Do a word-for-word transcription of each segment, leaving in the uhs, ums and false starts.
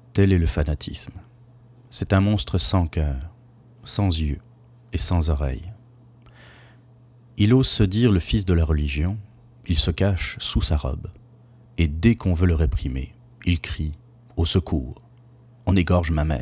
Tel est le fanatisme. C'est un monstre sans cœur, sans yeux et sans oreilles. Il ose se dire le fils de la religion, il se cache sous sa robe, et dès qu'on veut le réprimer, il crie « Au secours, on égorge ma mère ».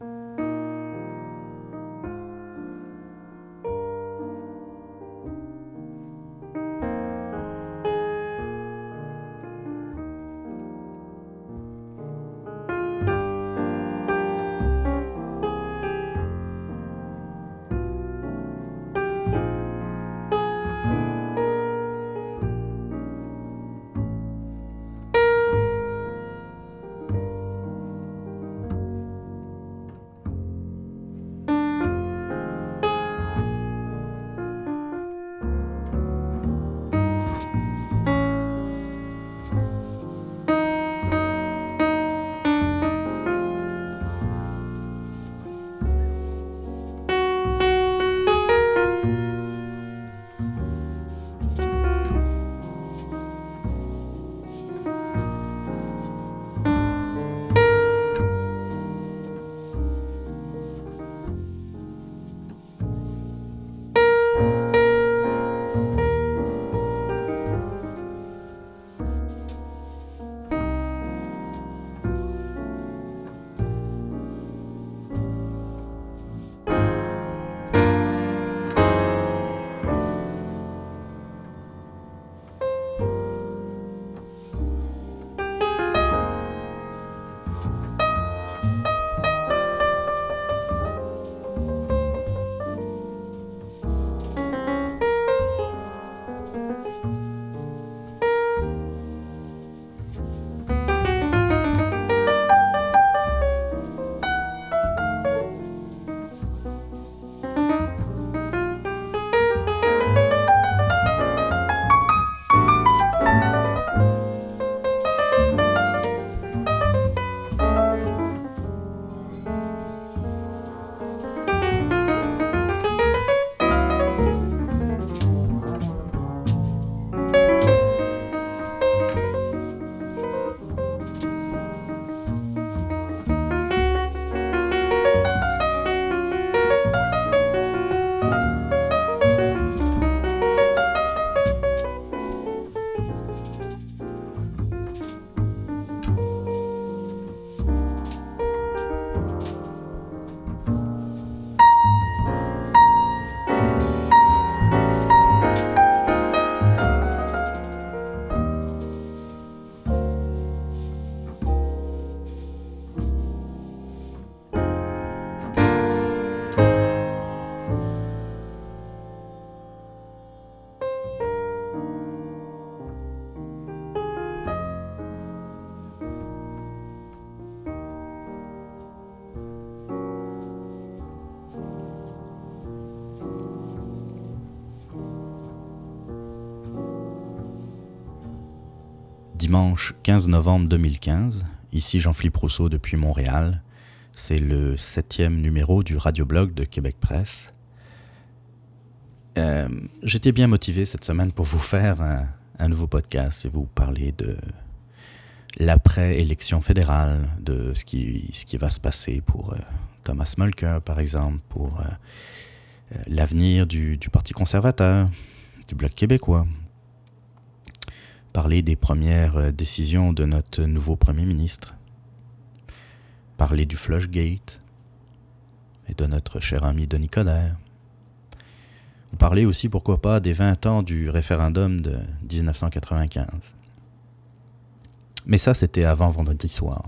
Dimanche quinze novembre deux mille quinze, ici Jean-Philippe Rousseau depuis Montréal. C'est le septième numéro du radioblog de Québec Presse. Euh, j'étais bien motivé cette semaine pour vous faire un, un nouveau podcast et vous parler de l'après-élection fédérale, de ce qui, ce qui va se passer pour euh, Thomas Mulcair, par exemple, pour euh, euh, l'avenir du, du Parti conservateur, du Bloc québécois. Parler des premières décisions de notre nouveau Premier ministre, parler du Flushgate et de notre cher ami Denis Coderre. Vous parlez aussi, pourquoi pas, des vingt ans du référendum de dix-neuf cent quatre-vingt-quinze. Mais ça, c'était avant vendredi soir.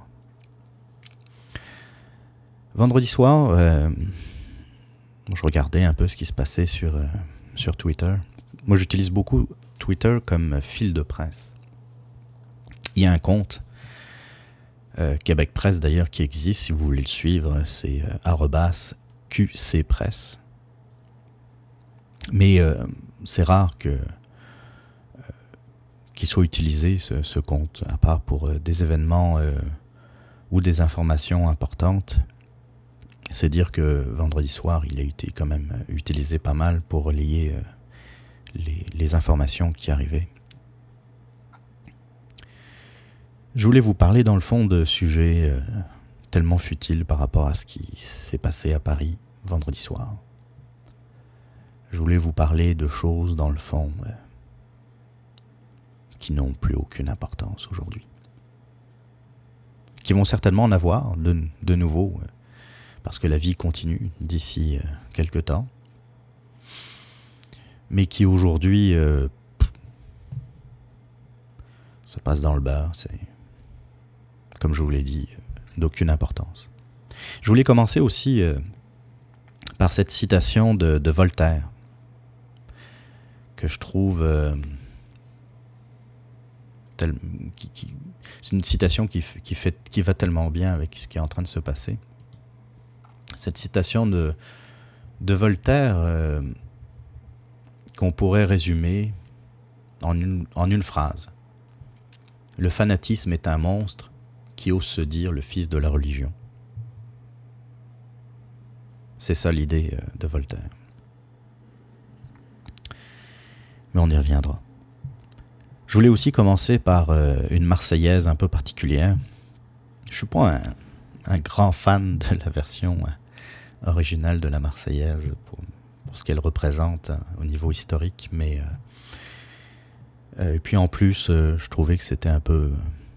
Vendredi soir, euh, je regardais un peu ce qui se passait sur, euh, sur Twitter. Moi, j'utilise beaucoup Twitter comme fil de presse. Il y a un compte, euh, Québec Presse d'ailleurs, qui existe, si vous voulez le suivre, c'est euh, arobase Q C Presse. Mais euh, c'est rare que, euh, qu'il soit utilisé, ce, ce compte, à part pour euh, des événements euh, ou des informations importantes. C'est dire que vendredi soir, il a été quand même utilisé pas mal pour relayer euh, les, les informations qui arrivaient. Je voulais vous parler dans le fond de sujets euh, tellement futile par rapport à ce qui s'est passé à Paris vendredi soir. Je voulais vous parler de choses, dans le fond, euh, qui n'ont plus aucune importance aujourd'hui. Qui vont certainement en avoir de, de nouveau, euh, parce que la vie continue d'ici euh, quelque temps. Mais qui aujourd'hui, euh, ça passe dans le beurre, c'est, comme je vous l'ai dit, d'aucune importance. Je voulais commencer aussi euh, par cette citation de, de Voltaire, que je trouve... Euh, tel, qui, qui, c'est une citation qui, qui, fait, qui va tellement bien avec ce qui est en train de se passer. Cette citation de, de Voltaire, euh, qu'on pourrait résumer en une, en une phrase. Le fanatisme est un monstre qui ose se dire le fils de la religion. C'est ça l'idée de Voltaire. Mais on y reviendra. Je voulais aussi commencer par euh, une Marseillaise un peu particulière. Je ne suis pas un, un grand fan de la version euh, originale de la Marseillaise pour, pour ce qu'elle représente hein, au niveau historique, mais euh, euh, et puis en plus, euh, je trouvais que c'était un peu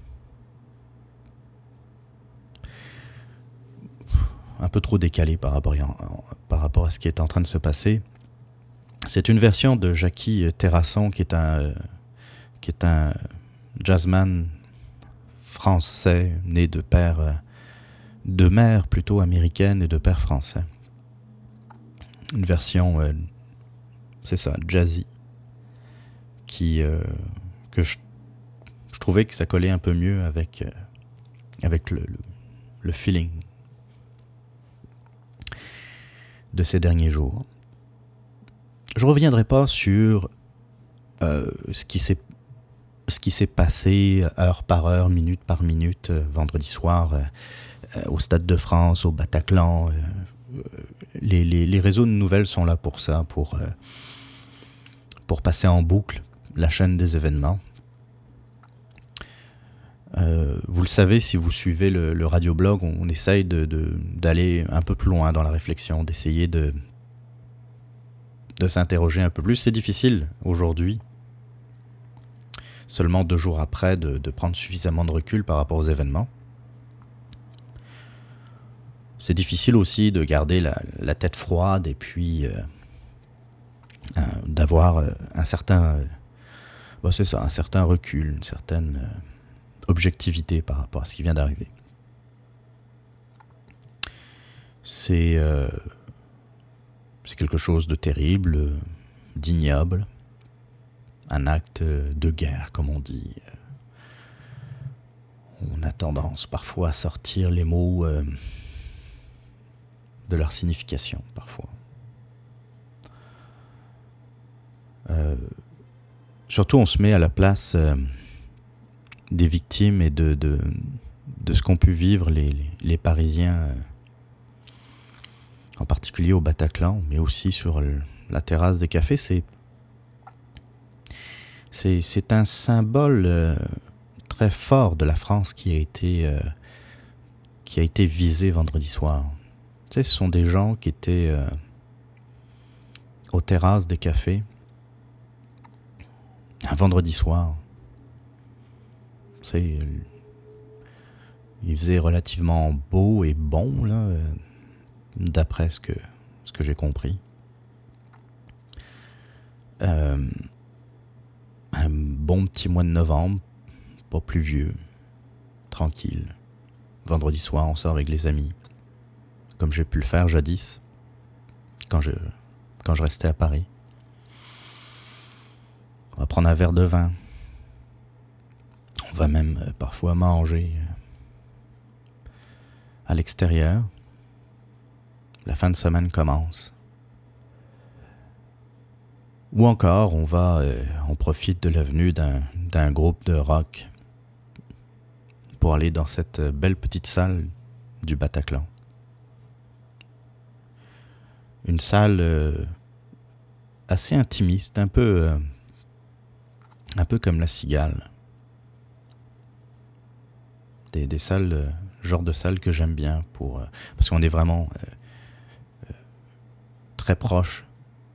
un peu trop décalé par rapport, par rapport à ce qui est en train de se passer. C'est une version de Jackie Terrasson qui est un euh, qui est un jazzman français né de père euh, de mère plutôt américaine et de père français. Une version, euh, c'est ça, jazzy, qui euh, que je, je trouvais que ça collait un peu mieux avec euh, avec le, le, le feeling de ces derniers jours. Je reviendrai pas sur euh, ce qui s'est ce qui s'est passé heure par heure, minute par minute, euh, vendredi soir, euh, au Stade de France, au Bataclan. Euh, les, les, les réseaux de nouvelles sont là pour ça, pour, euh, pour passer en boucle la chaîne des événements. Euh, vous le savez, si vous suivez le, le radioblog, on, on essaye de, de, d'aller un peu plus loin dans la réflexion, d'essayer de, de s'interroger un peu plus. C'est difficile aujourd'hui, seulement deux jours après, de, de prendre suffisamment de recul par rapport aux événements. C'est difficile aussi de garder la, la tête froide et puis euh, euh, d'avoir euh, un certain, euh, bon, c'est ça, un certain recul, une certaine euh, objectivité par rapport à ce qui vient d'arriver. C'est, euh, c'est quelque chose de terrible, euh, d'ignoble. Un acte de guerre, comme on dit. On a tendance parfois à sortir les mots euh, de leur signification, parfois. Euh, surtout, on se met à la place euh, des victimes et de, de, de ce qu'ont pu vivre les, les, les Parisiens, euh, en particulier au Bataclan, mais aussi sur le, la terrasse des cafés. C'est C'est, c'est un symbole euh, très fort de la France qui a été, euh, qui a été visé vendredi soir. Tu sais, ce sont des gens qui étaient euh, aux terrasses des cafés un vendredi soir. Tu sais, il faisait relativement beau et bon, là, euh, d'après ce que, ce que j'ai compris. Euh, Un bon petit mois de novembre, pas pluvieux, tranquille. Vendredi soir, on sort avec les amis, comme j'ai pu le faire jadis, quand je, quand je restais à Paris. On va prendre un verre de vin. On va même euh, parfois manger euh, à l'extérieur. La fin de semaine commence. Ou encore, on va, euh, on profite de la venue d'un, d'un groupe de rock pour aller dans cette belle petite salle du Bataclan. Une salle euh, assez intimiste, un peu, euh, un peu comme la Cigale. Des, des salles, euh, genre de salle que j'aime bien pour euh, parce qu'on est vraiment euh, euh, très proche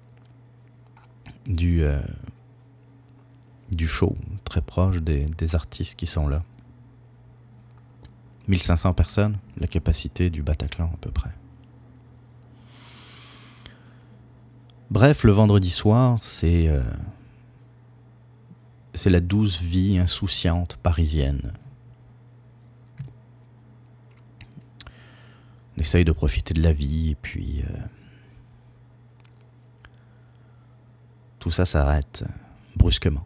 du euh, du show, très proche des, des artistes qui sont là. mille cinq cents personnes, la capacité du Bataclan à peu près. Bref, le vendredi soir, c'est euh, c'est la douce vie insouciante parisienne. On essaye de profiter de la vie et puis euh, tout ça s'arrête brusquement.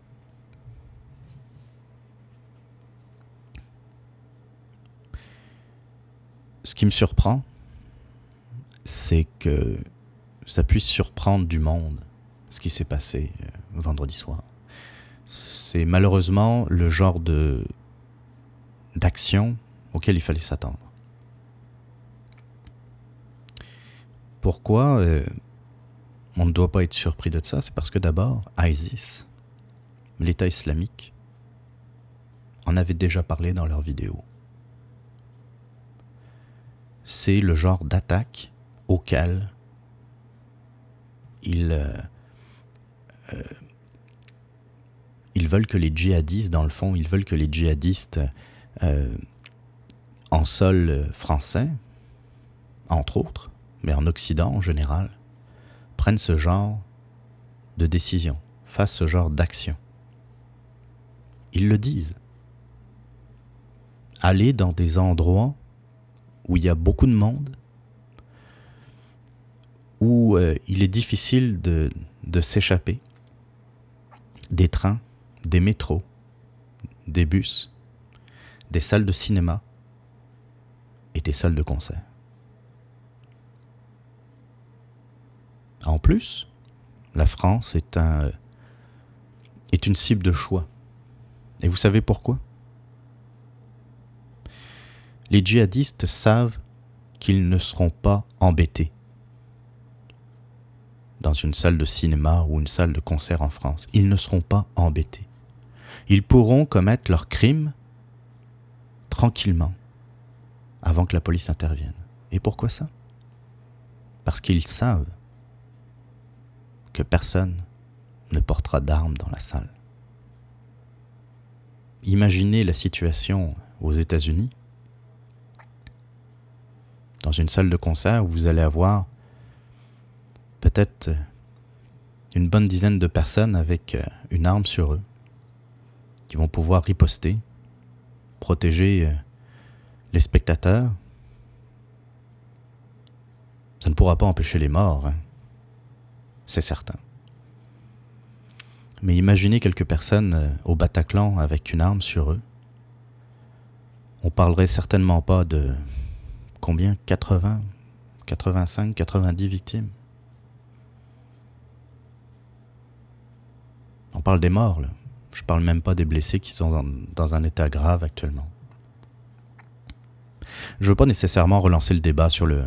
Ce qui me surprend, c'est que ça puisse surprendre du monde ce qui s'est passé euh, vendredi soir. C'est malheureusement le genre de d'action auquel il fallait s'attendre. Pourquoi euh, on ne doit pas être surpris de ça? C'est parce que d'abord, ISIS, l'État islamique, en avait déjà parlé dans leurs vidéos. C'est le genre d'attaque auquel ils, euh, euh, ils veulent que les djihadistes, dans le fond, ils veulent que les djihadistes euh, en sol français, entre autres, mais en Occident en général, prennent ce genre de décision, fassent ce genre d'action. Ils le disent. Aller dans des endroits où il y a beaucoup de monde, où euh, il est difficile de, de s'échapper, des trains, des métros, des bus, des salles de cinéma et des salles de concert. En plus, la France est, un, est une cible de choix. Et vous savez pourquoi? Les djihadistes savent qu'ils ne seront pas embêtés dans une salle de cinéma ou une salle de concert en France. Ils ne seront pas embêtés. Ils pourront commettre leurs crimes tranquillement avant que la police intervienne. Et pourquoi ça? Parce qu'ils savent que personne ne portera d'armes dans la salle. Imaginez la situation aux États-Unis. Dans une salle de concert où vous allez avoir peut-être une bonne dizaine de personnes avec une arme sur eux qui vont pouvoir riposter, protéger les spectateurs. Ça ne pourra pas empêcher les morts, hein. C'est certain. Mais imaginez quelques personnes au Bataclan avec une arme sur eux. On parlerait certainement pas de combien? quatre-vingts, quatre-vingt-cinq, quatre-vingt-dix victimes. On parle des morts, là. Je parle même pas des blessés qui sont dans, dans un état grave actuellement. Je veux pas nécessairement relancer le débat sur le,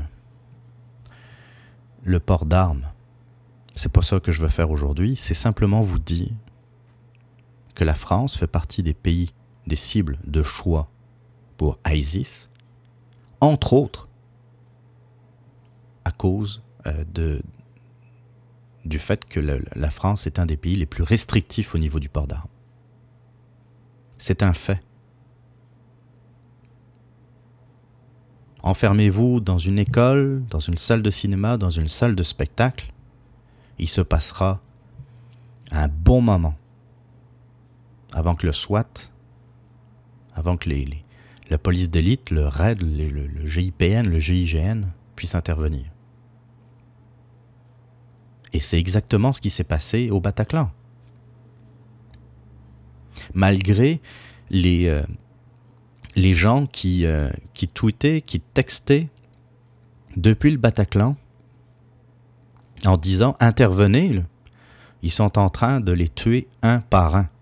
le port d'armes. C'est pas ça que je veux faire aujourd'hui. C'est simplement vous dire que la France fait partie des pays, des cibles de choix pour ISIS, entre autres à cause euh, de, du fait que le, la France est un des pays les plus restrictifs au niveau du port d'armes. C'est un fait. Enfermez-vous dans une école, dans une salle de cinéma, dans une salle de spectacle, il se passera un bon moment avant que le SWAT, avant que les, les, la police d'élite, le R A I D, le, le, le G I P N, le G I G N puissent intervenir. Et c'est exactement ce qui s'est passé au Bataclan. Malgré les, euh, les gens qui, euh, qui tweetaient, qui textaient depuis le Bataclan en disant « Intervenez », là, ils sont en train de les tuer un par un.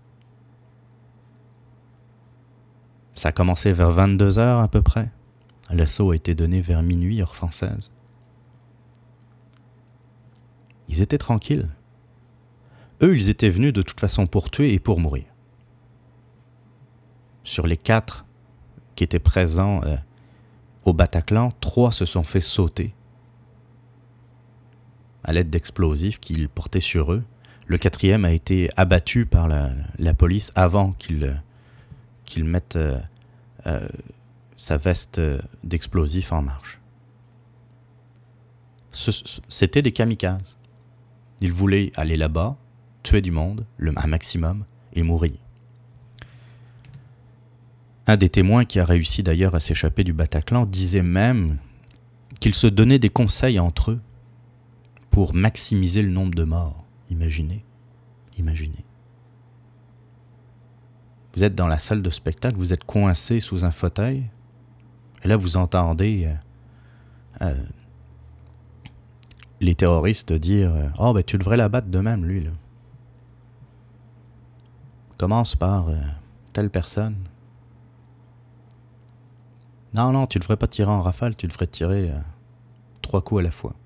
Ça a commencé vers vingt-deux heures à peu près. L'assaut a été donné vers minuit, heure française. Ils étaient tranquilles. Eux, ils étaient venus de toute façon pour tuer et pour mourir. Sur les quatre qui étaient présents euh, au Bataclan, trois se sont fait sauter à l'aide d'explosifs qu'ils portaient sur eux. Le quatrième a été abattu par la, la police avant qu'il, qu'il mette euh, euh, sa veste d'explosifs en marche. Ce, c'était des kamikazes. Ils voulaient aller là-bas, tuer du monde, le, un maximum, et mourir. Un des témoins qui a réussi d'ailleurs à s'échapper du Bataclan disait même qu'ils se donnaient des conseils entre eux pour maximiser le nombre de morts. Imaginez, imaginez. Vous êtes dans la salle de spectacle, vous êtes coincé sous un fauteuil, et là vous entendez euh, euh, les terroristes dire « Oh, ben tu devrais l'abattre de même, lui, là. Commence par euh, telle personne. » Non, non, tu devrais pas tirer en rafale, tu devrais tirer euh, trois coups à la fois.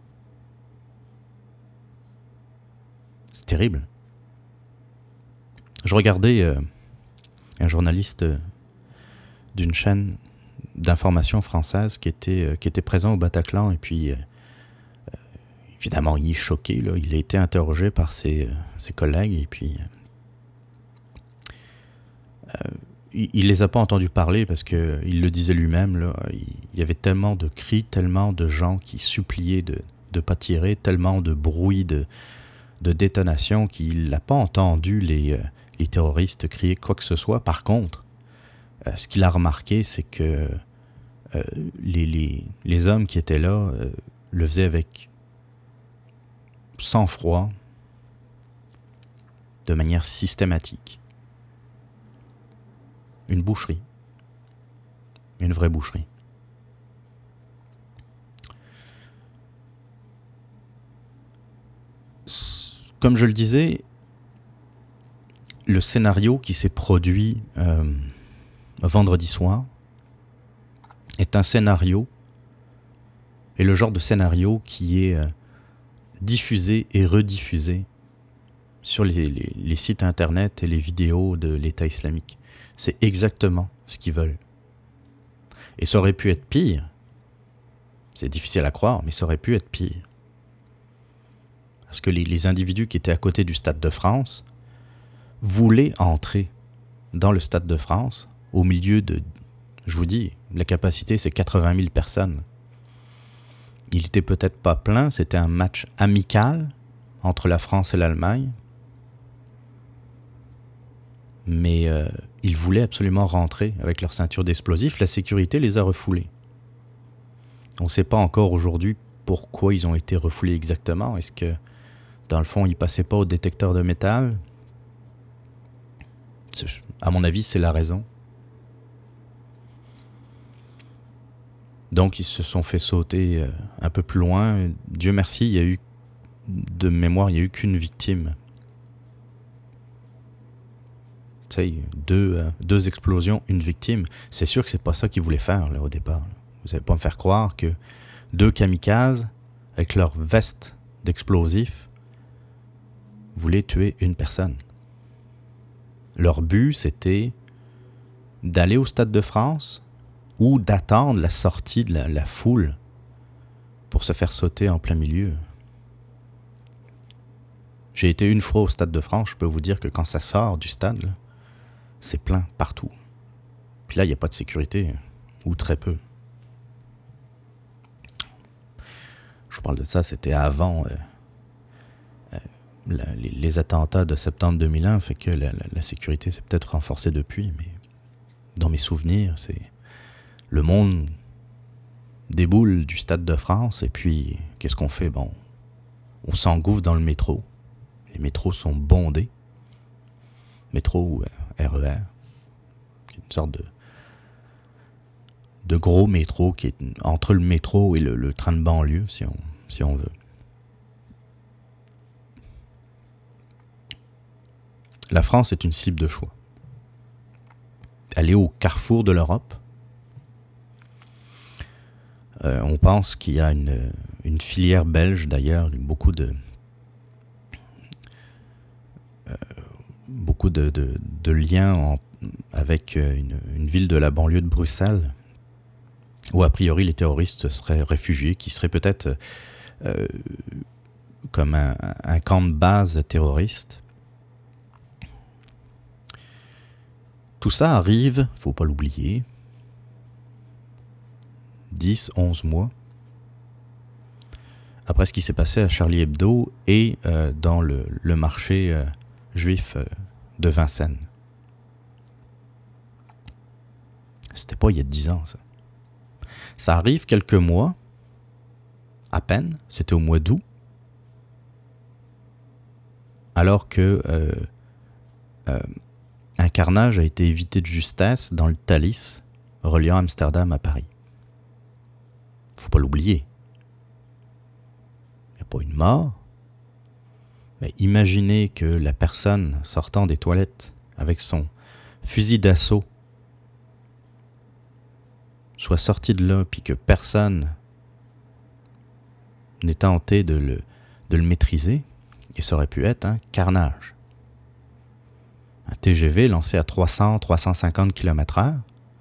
C'est terrible. Je regardais euh, un journaliste euh, d'une chaîne d'information française qui était, euh, qui était présent au Bataclan et puis euh, euh, évidemment il est choqué, là. Il a été interrogé par ses, euh, ses collègues et puis euh, il, il les a pas entendus parler parce que il le disait lui-même, là. Il, il y avait tellement de cris, tellement de gens qui suppliaient de ne pas tirer, tellement de bruit de de détonation qu'il n'a pas entendu les, euh, les terroristes crier quoi que ce soit. Par contre, euh, ce qu'il a remarqué, c'est que euh, les, les, les hommes qui étaient là euh, le faisaient avec sang-froid, de manière systématique. Une boucherie. Une vraie boucherie. Comme je le disais, le scénario qui s'est produit euh, vendredi soir est un scénario, et le genre de scénario qui est euh, diffusé et rediffusé sur les, les, les sites internet et les vidéos de l'État islamique. C'est exactement ce qu'ils veulent. Et ça aurait pu être pire. C'est difficile à croire, mais ça aurait pu être pire. Parce que les, les individus qui étaient à côté du Stade de France voulaient entrer dans le Stade de France au milieu de, je vous dis, la capacité c'est quatre-vingt mille personnes. Il n'était peut-être pas plein, c'était un match amical entre la France et l'Allemagne, mais euh, ils voulaient absolument rentrer avec leur ceinture d'explosifs. La sécurité les a refoulés. On ne sait pas encore aujourd'hui pourquoi ils ont été refoulés exactement. Est-ce que dans le fond, ils passaient pas au détecteur de métal? À mon avis, c'est la raison. Donc, ils se sont fait sauter un peu plus loin. Dieu merci, il y a eu, de mémoire, il n'y a eu qu'une victime. Tu sais, deux, euh, deux explosions, une victime. C'est sûr que c'est pas ça qu'ils voulaient faire, là, au départ. Vous n'allez pas me faire croire que deux kamikazes, avec leur veste d'explosifs, voulaient tuer une personne. Leur but, c'était d'aller au Stade de France ou d'attendre la sortie de la, la foule pour se faire sauter en plein milieu. J'ai été une fois au Stade de France, je peux vous dire que quand ça sort du stade, là, c'est plein partout. Puis là, il n'y a pas de sécurité, ou très peu. Je vous parle de ça, c'était avant... Euh, La, les, les attentats de septembre deux mille un, fait que la, la, la sécurité s'est peut-être renforcée depuis, mais dans mes souvenirs, c'est le monde déboule du Stade de France, et puis qu'est-ce qu'on fait? Bon, on s'engouffre dans le métro. Les métros sont bondés. Métro ou R E R, qui est une sorte de, de gros métro qui est entre le métro et le, le train de banlieue, si on, si on veut. La France est une cible de choix. Elle est au carrefour de l'Europe. Euh, on pense qu'il y a une, une filière belge, d'ailleurs, beaucoup de, euh, beaucoup de, de, de liens en, avec une, une ville de la banlieue de Bruxelles, où a priori les terroristes seraient réfugiés, qui seraient peut-être euh, comme un, un camp de base terroriste. Tout ça arrive, faut pas l'oublier, dix, onze mois après ce qui s'est passé à Charlie Hebdo et euh, dans le, le marché euh, juif euh, de Vincennes. C'était pas il y a dix ans, ça. Ça arrive quelques mois, à peine, c'était au mois d'août, alors que euh, euh, un carnage a été évité de justesse dans le Thalys, reliant Amsterdam à Paris. Faut pas l'oublier. Il n'y a pas une mort, mais imaginez que la personne sortant des toilettes avec son fusil d'assaut soit sortie de là, puis que personne n'ait tenté de le, de le maîtriser, et ça aurait pu être un carnage. Un T G V lancé à trois cents à trois cent cinquante kilomètres heure.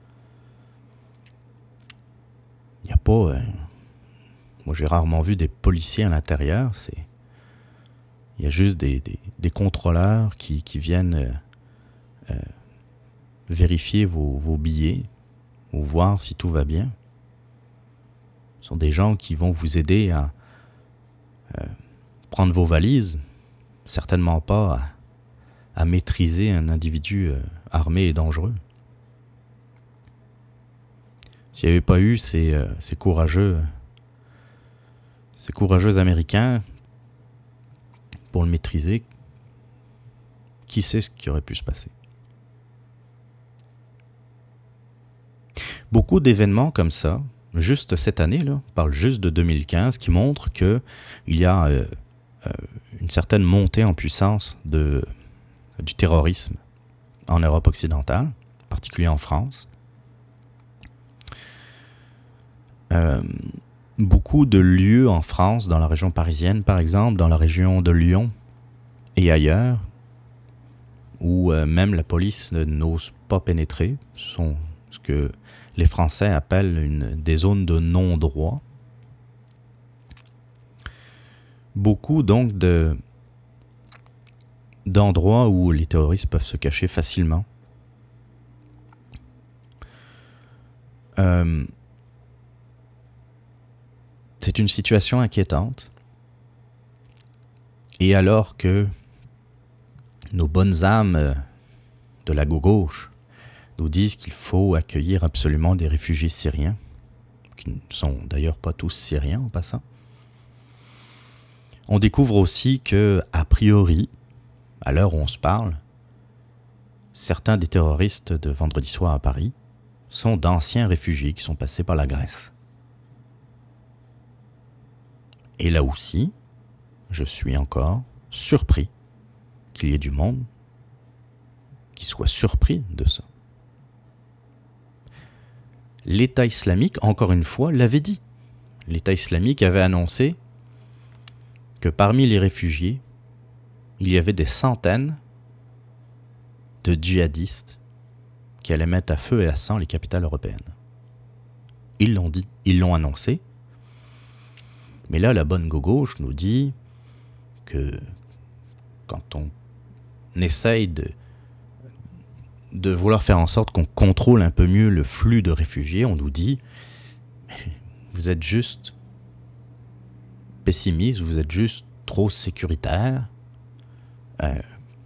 Il n'y a pas... Euh, moi, j'ai rarement vu des policiers à l'intérieur. C'est, il y a juste des, des, des contrôleurs qui, qui viennent euh, euh, vérifier vos, vos billets ou voir si tout va bien. Ce sont des gens qui vont vous aider à euh, prendre vos valises, certainement pas à, à maîtriser un individu euh, armé et dangereux. S'il n'y avait pas eu ces, euh, ces courageux, ces courageux Américains pour le maîtriser, qui sait ce qui aurait pu se passer? Beaucoup d'événements comme ça, juste cette année, là, on parle juste de deux mille quinze, qui montrent qu'il y a euh, euh, une certaine montée en puissance de, du terrorisme en Europe occidentale, en particulier en France. Euh, beaucoup de lieux en France, dans la région parisienne par exemple, dans la région de Lyon et ailleurs, où euh, même la police n'ose pas pénétrer, ce sont ce que les Français appellent une, des zones de non-droit. Beaucoup donc de, d'endroits où les terroristes peuvent se cacher facilement. Euh, c'est une situation inquiétante. Et alors que nos bonnes âmes de la gauche nous disent qu'il faut accueillir absolument des réfugiés syriens, qui ne sont d'ailleurs pas tous syriens en passant, on découvre aussi que, a priori, à l'heure où on se parle, certains des terroristes de vendredi soir à Paris sont d'anciens réfugiés qui sont passés par la Grèce. Et là aussi, je suis encore surpris qu'il y ait du monde qui soit surpris de ça. L'État islamique, encore une fois, l'avait dit. L'État islamique avait annoncé que parmi les réfugiés, il y avait des centaines de djihadistes qui allaient mettre à feu et à sang les capitales européennes. Ils l'ont dit, ils l'ont annoncé. Mais là, la bonne gauche nous dit que quand on essaye de de vouloir faire en sorte qu'on contrôle un peu mieux le flux de réfugiés, on nous dit « vous êtes juste pessimiste, vous êtes juste trop sécuritaire. Euh,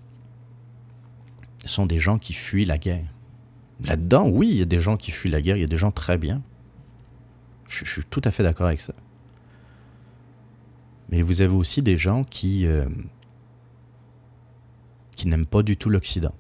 ce sont des gens qui fuient la guerre. » Là-dedans, oui, il y a des gens qui fuient la guerre, il y a des gens très bien. Je, je suis tout à fait d'accord avec ça. Mais vous avez aussi des gens qui, euh, qui n'aiment pas du tout l'Occident.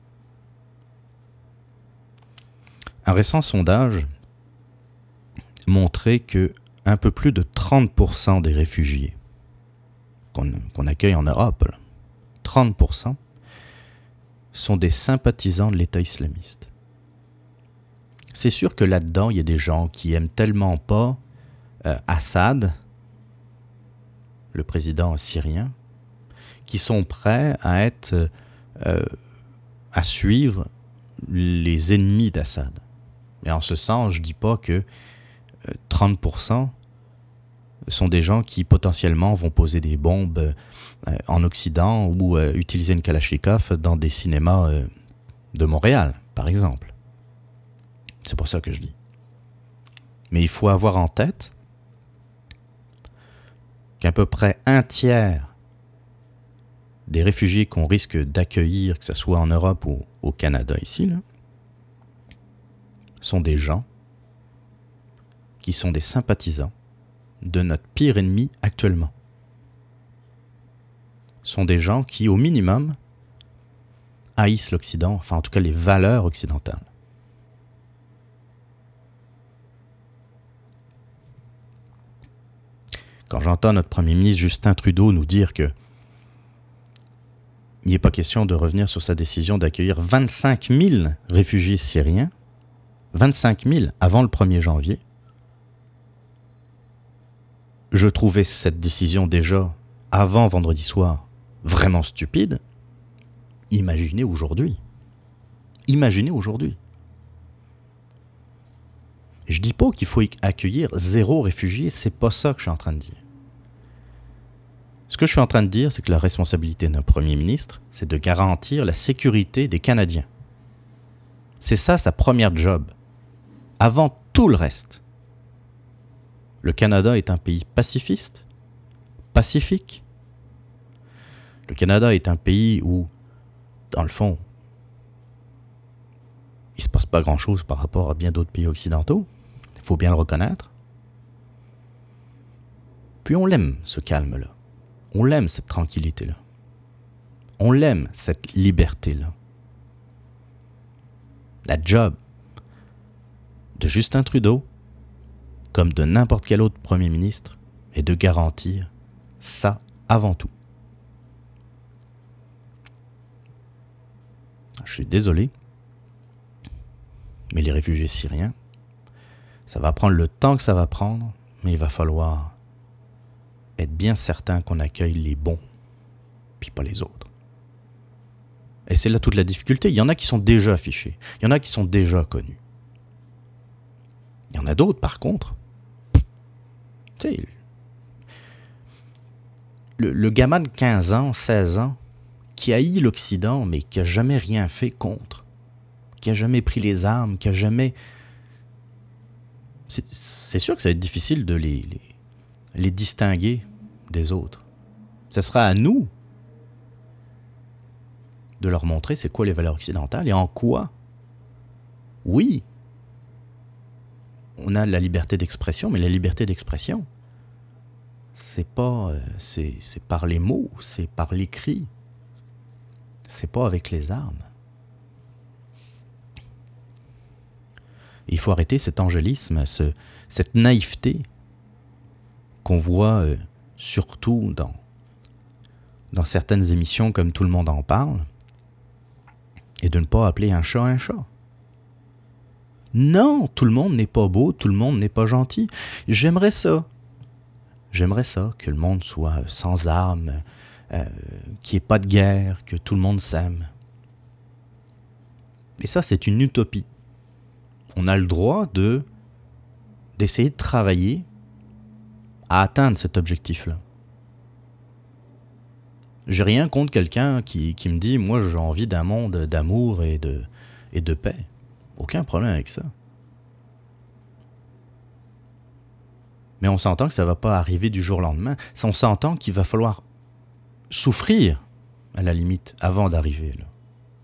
Un récent sondage montrait que un peu plus de trente pour cent des réfugiés qu'on, qu'on accueille en Europe, là, trente pour cent sont des sympathisants de l'État islamiste. C'est sûr que là-dedans, il y a des gens qui aiment tellement pas euh, Assad, le président syrien, qui sont prêts à être euh, à suivre les ennemis d'Assad. Et en ce sens, je ne dis pas que trente pour cent sont des gens qui potentiellement vont poser des bombes euh, en Occident ou euh, utiliser une Kalachnikov dans des cinémas euh, de Montréal, par exemple. C'est pour ça que je dis. Mais il faut avoir en tête qu'à peu près un tiers des réfugiés qu'on risque d'accueillir, que ce soit en Europe ou au Canada ici, là, sont des gens qui sont des sympathisants de notre pire ennemi actuellement. Sont des gens qui, au minimum, haïssent l'Occident, enfin en tout cas les valeurs occidentales. Quand j'entends notre Premier ministre Justin Trudeau nous dire que il n'est pas question de revenir sur sa décision d'accueillir vingt-cinq mille réfugiés syriens, vingt-cinq mille avant le premier janvier, je trouvais cette décision déjà, avant vendredi soir, vraiment stupide. Imaginez aujourd'hui. Imaginez aujourd'hui. Je dis pas qu'il faut accueillir zéro réfugié, c'est pas ça que je suis en train de dire. Ce que je suis en train de dire, c'est que la responsabilité d'un premier ministre, c'est de garantir la sécurité des Canadiens. C'est ça sa première job, avant tout le reste. Le Canada est un pays pacifiste, pacifique. Le Canada est un pays où, dans le fond, il ne se passe pas grand-chose par rapport à bien d'autres pays occidentaux. Il faut bien le reconnaître. Puis on l'aime, ce calme-là. On l'aime, cette tranquillité-là. On l'aime, cette liberté-là. La job de Justin Trudeau, comme de n'importe quel autre premier ministre, est de garantir ça avant tout. Je suis désolé, mais les réfugiés syriens, ça va prendre le temps que ça va prendre, mais il va falloir être bien certain qu'on accueille les bons, puis pas les autres. Et c'est là toute la difficulté. Il y en a qui sont déjà affichés, il y en a qui sont déjà connus. Il y en a d'autres, par contre, tu sais, le, le gamin de quinze ans, seize ans, qui haït l'Occident, mais qui n'a jamais rien fait contre, qui n'a jamais pris les armes, qui n'a jamais... C'est, c'est sûr que ça va être difficile de les, les, les distinguer des autres. Ce sera à nous de leur montrer c'est quoi les valeurs occidentales et en quoi, oui, on a la liberté d'expression, mais la liberté d'expression, c'est pas, euh, c'est, c'est par les mots, c'est par l'écrit, c'est pas avec les armes. Il faut arrêter cet angélisme, ce, cette naïveté qu'on voit euh, surtout dans, dans certaines émissions comme Tout le monde en parle, et de ne pas appeler un chat un chat. Non, tout le monde n'est pas beau, tout le monde n'est pas gentil. J'aimerais ça. J'aimerais ça, que le monde soit sans armes, euh, qu'il n'y ait pas de guerre, que tout le monde s'aime. Et ça, c'est une utopie. On a le droit de, d'essayer de travailler à atteindre cet objectif-là. J'ai rien contre quelqu'un qui, qui me dit « Moi, j'ai envie d'un monde d'amour et de, et de paix. » Aucun problème avec ça. Mais on s'entend que ça ne va pas arriver du jour au lendemain. On s'entend qu'il va falloir souffrir, à la limite, avant d'arriver là.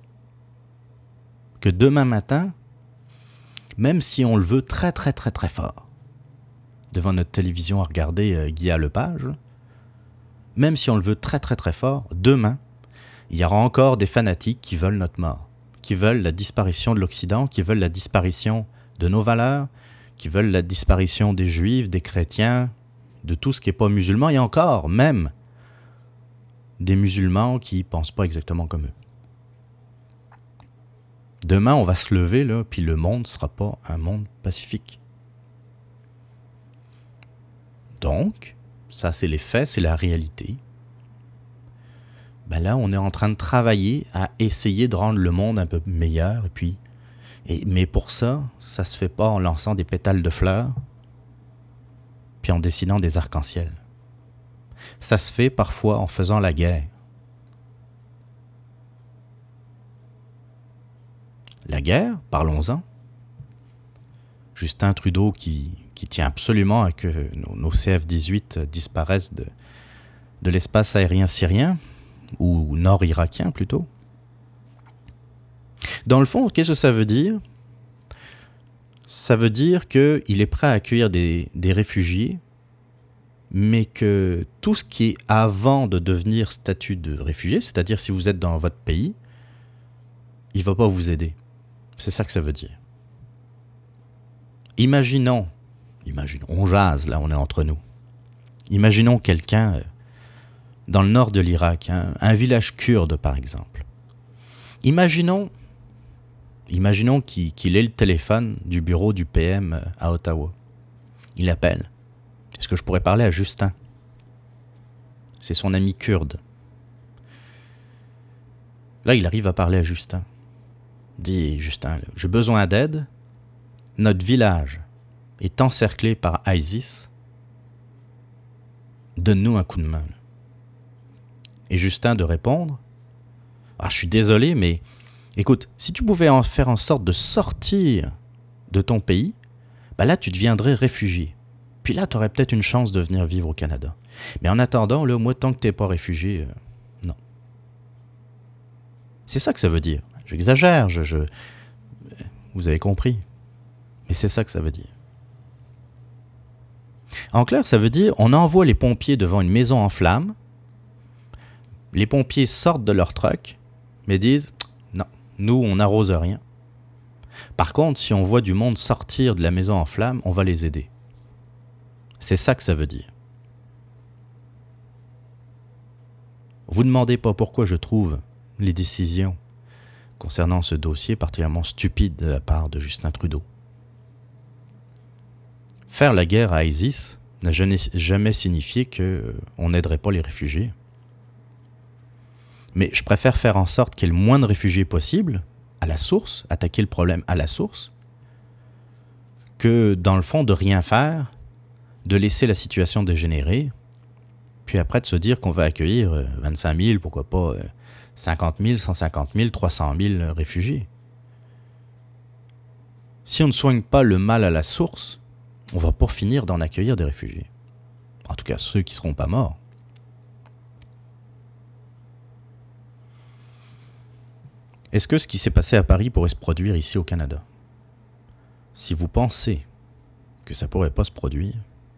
Que demain matin, même si on le veut très très très très fort, devant notre télévision à regarder euh, Guy Lepage, là, même si on le veut très très très fort, demain, il y aura encore des fanatiques qui veulent notre mort, qui veulent la disparition de l'Occident, qui veulent la disparition de nos valeurs, qui veulent la disparition des Juifs, des chrétiens, de tout ce qui n'est pas musulman, et encore, même, des musulmans qui ne pensent pas exactement comme eux. Demain, on va se lever, là, puis le monde ne sera pas un monde pacifique. Donc, ça c'est les faits, c'est la réalité. Ben là, on est en train de travailler à essayer de rendre le monde un peu meilleur. Et puis, et, mais pour ça, ça ne se fait pas en lançant des pétales de fleurs. puis en dessinant des arcs-en-ciel. Ça se fait parfois en faisant la guerre. La guerre, parlons-en. Justin Trudeau qui, qui tient absolument à que nos, nos C F dix-huit disparaissent de, de l'espace aérien syrien, ou nord-irakien plutôt. Dans le fond, qu'est-ce que ça veut dire? Ça veut dire qu'il est prêt à accueillir des, des réfugiés, mais que tout ce qui est avant de devenir statut de réfugié, c'est-à-dire si vous êtes dans votre pays, il ne va pas vous aider. C'est ça que ça veut dire. Imaginons, imaginons, on jase là, on est entre nous. Imaginons quelqu'un euh, dans le nord de l'Irak, hein, un village kurde par exemple. Imaginons, imaginons qu'il, qu'il ait le téléphone du bureau du P M à Ottawa. Il appelle. Est-ce que je pourrais parler à Justin? C'est son ami kurde. Là, il arrive à parler à Justin. Dis, Justin, j'ai besoin d'aide. Notre village est encerclé par ISIS. Donne-nous un coup de main. Et Justin de répondre, ah, je suis désolé, mais écoute, si tu pouvais en faire en sorte de sortir de ton pays, ben là, tu deviendrais réfugié. Puis là, tu aurais peut-être une chance de venir vivre au Canada. Mais en attendant, là, moi, tant que tu n'es pas réfugié, euh, non. C'est ça que ça veut dire. J'exagère, je, je... vous avez compris. Mais c'est ça que ça veut dire. En clair, ça veut dire on envoie les pompiers devant une maison en flammes, les pompiers sortent de leur truck, mais disent « Non, nous, on n'arrose rien. Par contre, si on voit du monde sortir de la maison en flammes, on va les aider. » C'est ça que ça veut dire. Vous ne demandez pas pourquoi je trouve les décisions concernant ce dossier particulièrement stupides de la part de Justin Trudeau. Faire la guerre à ISIS n'a jamais signifié qu'on n'aiderait pas les réfugiés. Mais je préfère faire en sorte qu'il y ait le moins de réfugiés possible, à la source, attaquer le problème à la source, que dans le fond de rien faire, de laisser la situation dégénérer, puis après de se dire qu'on va accueillir vingt-cinq mille, pourquoi pas cinquante mille, cent cinquante mille, trois cent mille réfugiés. Si on ne soigne pas le mal à la source, on va pas finir d'en accueillir des réfugiés. En tout cas, ceux qui ne seront pas morts. Est-ce que ce qui s'est passé à Paris pourrait se produire ici au Canada? Si vous pensez que ça pourrait pas se produire,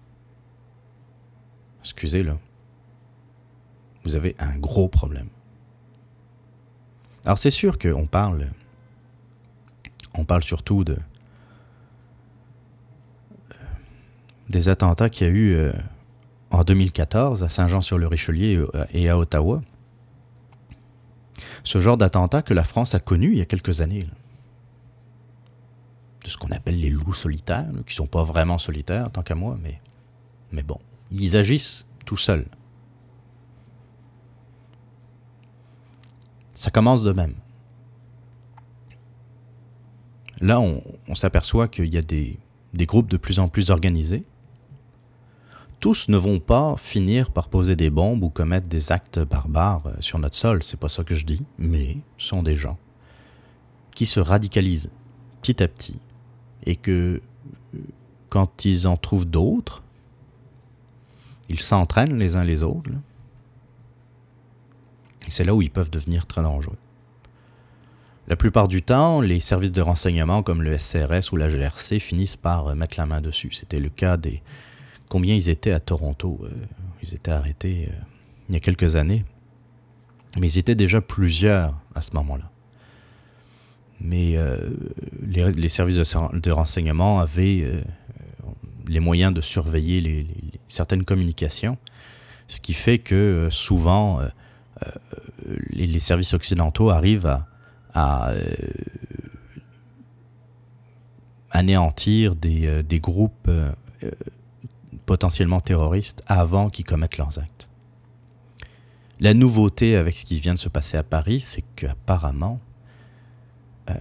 excusez là, vous avez un gros problème. Alors c'est sûr qu'on parle, on parle surtout de des attentats qu'il y a eu euh, en deux mille quatorze à Saint-Jean-sur-le-Richelieu et à Ottawa. Ce genre d'attentat que la France a connu il y a quelques années. Là. De ce qu'on appelle les loups solitaires, là, qui ne sont pas vraiment solitaires, tant qu'à moi, mais, mais bon, ils agissent tout seuls. Ça commence de même. Là, on, on s'aperçoit qu'il y a des, des groupes de plus en plus organisés. Tous ne vont pas finir par poser des bombes ou commettre des actes barbares sur notre sol, c'est pas ça que je dis, mais ce sont des gens qui se radicalisent petit à petit et que quand ils en trouvent d'autres, ils s'entraînent les uns les autres. Là. Et c'est là où ils peuvent devenir très dangereux. La plupart du temps, les services de renseignement comme le S C R S ou la G R C finissent par mettre la main dessus. C'était le cas des... Combien ils étaient à Toronto? euh, Ils étaient arrêtés euh, il y a quelques années. Mais ils étaient déjà plusieurs à ce moment-là. Mais euh, les, les services de, de renseignement avaient euh, les moyens de surveiller les, les, certaines communications, ce qui fait que euh, souvent, euh, euh, les, les services occidentaux arrivent à, à euh, anéantir des, euh, des groupes euh, potentiellement terroristes avant qu'ils commettent leurs actes. La nouveauté avec ce qui vient de se passer à Paris, c'est qu'apparemment, euh,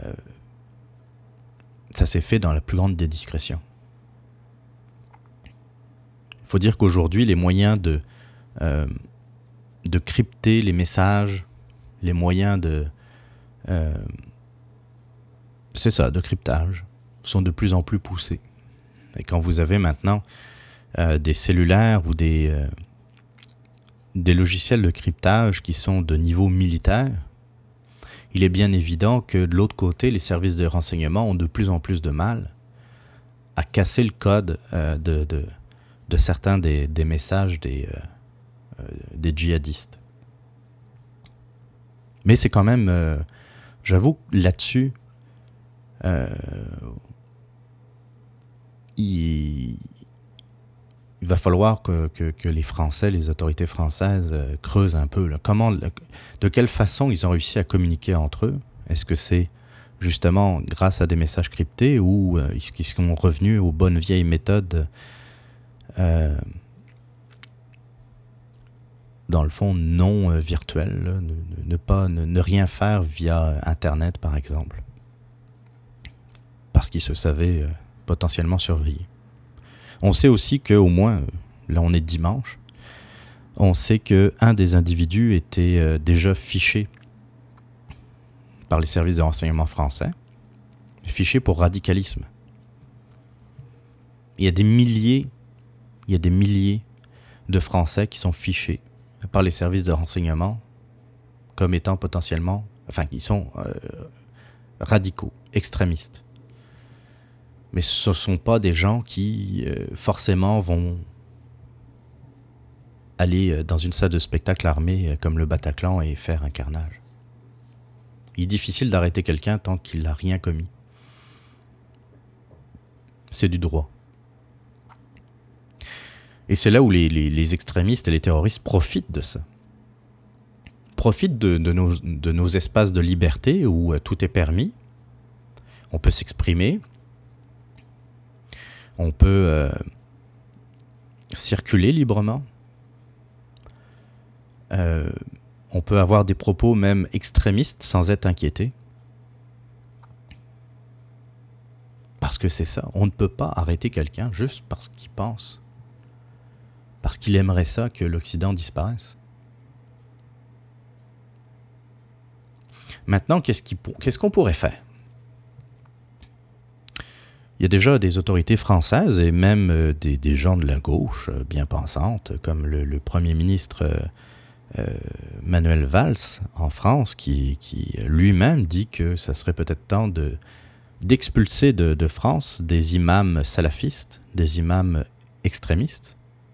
ça s'est fait dans la plus grande des discrétions. Il faut dire qu'aujourd'hui, les moyens de, euh, de crypter les messages, les moyens de... Euh, c'est ça, de cryptage, sont de plus en plus poussés. Et quand vous avez maintenant euh, des cellulaires ou des, euh, des logiciels de cryptage qui sont de niveau militaire, il est bien évident que de l'autre côté, les services de renseignement ont de plus en plus de mal à casser le code euh, de, de, de certains des, des messages des, euh, euh, des djihadistes. Mais c'est quand même, euh, j'avoue, là-dessus, euh, il, il va falloir que, que, que les Français, les autorités françaises euh, creusent un peu. Là. Comment, de quelle façon ils ont réussi à communiquer entre eux? Est-ce que c'est justement grâce à des messages cryptés ou euh, ils sont revenus aux bonnes vieilles méthodes euh, dans le fond non euh, virtuelles, là, ne, ne, pas, ne, ne rien faire via Internet par exemple, parce qu'ils se savaient euh, potentiellement surveillés. On sait aussi qu'au moins, là on est dimanche, on sait qu'un des individus était euh, déjà fiché par les services de renseignement français, fiché pour radicalisme. Il y a des milliers, il y a des milliers de Français qui sont fichés par les services de renseignement comme étant potentiellement, enfin, qui sont euh, radicaux, extrémistes. Mais ce ne sont pas des gens qui euh, forcément vont aller dans une salle de spectacle armée comme le Bataclan et faire un carnage. Il est difficile d'arrêter quelqu'un tant qu'il n'a rien commis. C'est du droit. Et c'est là où les, les, les extrémistes et les terroristes profitent de ça. Profitent de, de, nos, de nos espaces de liberté où euh, tout est permis. On peut s'exprimer. On peut euh, circuler librement. Euh, on peut avoir des propos même extrémistes sans être inquiété. Parce que c'est ça. On ne peut pas arrêter quelqu'un juste parce qu'il pense. Parce qu'il aimerait ça que l'Occident disparaisse. Maintenant, qu'est-ce, qui, qu'est-ce qu'on pourrait faire? Il y a déjà des autorités françaises et même euh, des, des gens de la gauche euh, bien pensantes, comme le, le Premier ministre euh, euh, Manuel Valls en France, qui, qui lui-même dit que ça serait peut-être temps de, d'expulser de, de France des imams salafistes, des imams extrémistes.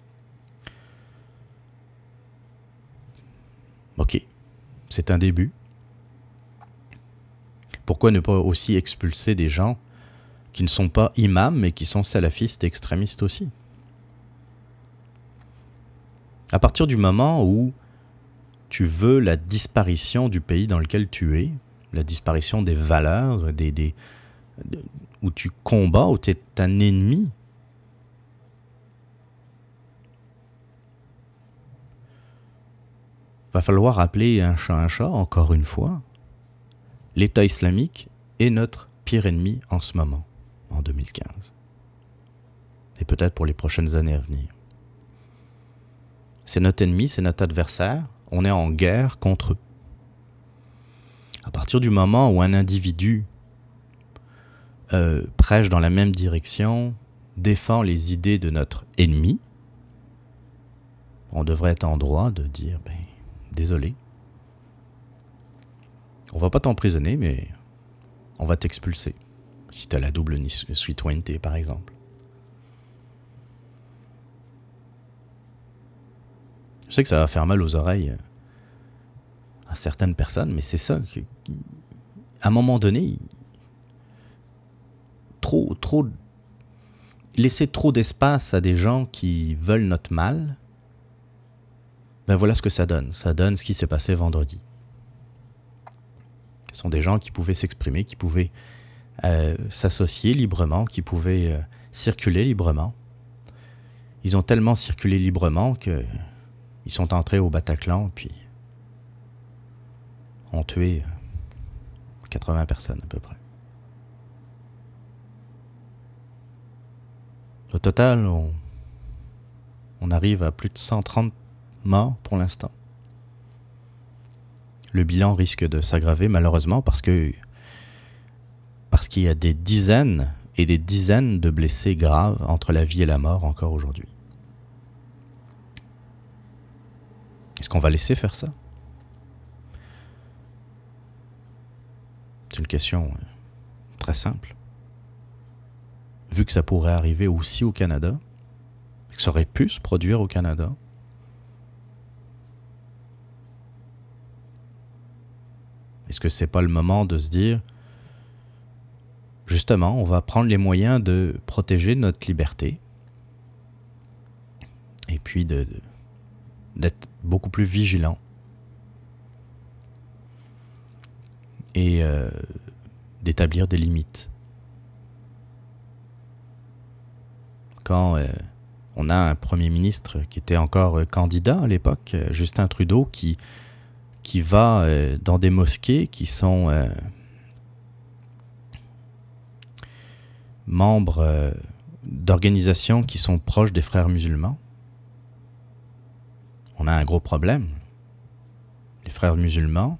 Ok, c'est un début. Pourquoi ne pas aussi expulser des gens qui ne sont pas imams, mais qui sont salafistes et extrémistes aussi? À partir du moment où tu veux la disparition du pays dans lequel tu es, la disparition des valeurs, des, des, de, où tu combats, où tu es un ennemi, va falloir appeler un chat un chat, encore une fois. L'État islamique est notre pire ennemi en ce moment, en deux mille quinze. Et peut-être pour les prochaines années à venir. C'est notre ennemi, c'est notre adversaire. On est en guerre contre eux. À partir du moment où un individu euh, prêche dans la même direction, défend les idées de notre ennemi, on devrait être en droit de dire, ben, désolé, on va pas t'emprisonner, mais on va t'expulser. Si tu as la double citoyenneté, par exemple. Je sais que ça va faire mal aux oreilles à certaines personnes, mais c'est ça. À un moment donné, trop, trop, laisser trop d'espace à des gens qui veulent notre mal, ben voilà ce que ça donne. Ça donne ce qui s'est passé vendredi. Ce sont des gens qui pouvaient s'exprimer, qui pouvaient euh, s'associer librement, qui pouvaient euh, circuler librement. Ils ont tellement circulé librement qu'ils sont entrés au Bataclan puis ont tué quatre-vingts personnes à peu près. Au total, on, On arrive à plus de cent trente morts pour l'instant. Le bilan risque de s'aggraver malheureusement parce que parce qu'il y a des dizaines et des dizaines de blessés graves entre la vie et la mort encore aujourd'hui. Est-ce qu'on va laisser faire ça? C'est une question très simple. Vu que ça pourrait arriver aussi au Canada, que ça aurait pu se produire au Canada, est-ce que c'est pas le moment de se dire, justement, on va prendre les moyens de protéger notre liberté et puis de, de, d'être beaucoup plus vigilant et euh, d'établir des limites. Quand euh, on a un premier ministre qui était encore euh, candidat à l'époque, euh, Justin Trudeau, qui, qui va euh, dans des mosquées qui sont euh, membres euh, d'organisations qui sont proches des frères musulmans, on a un gros problème. Les frères musulmans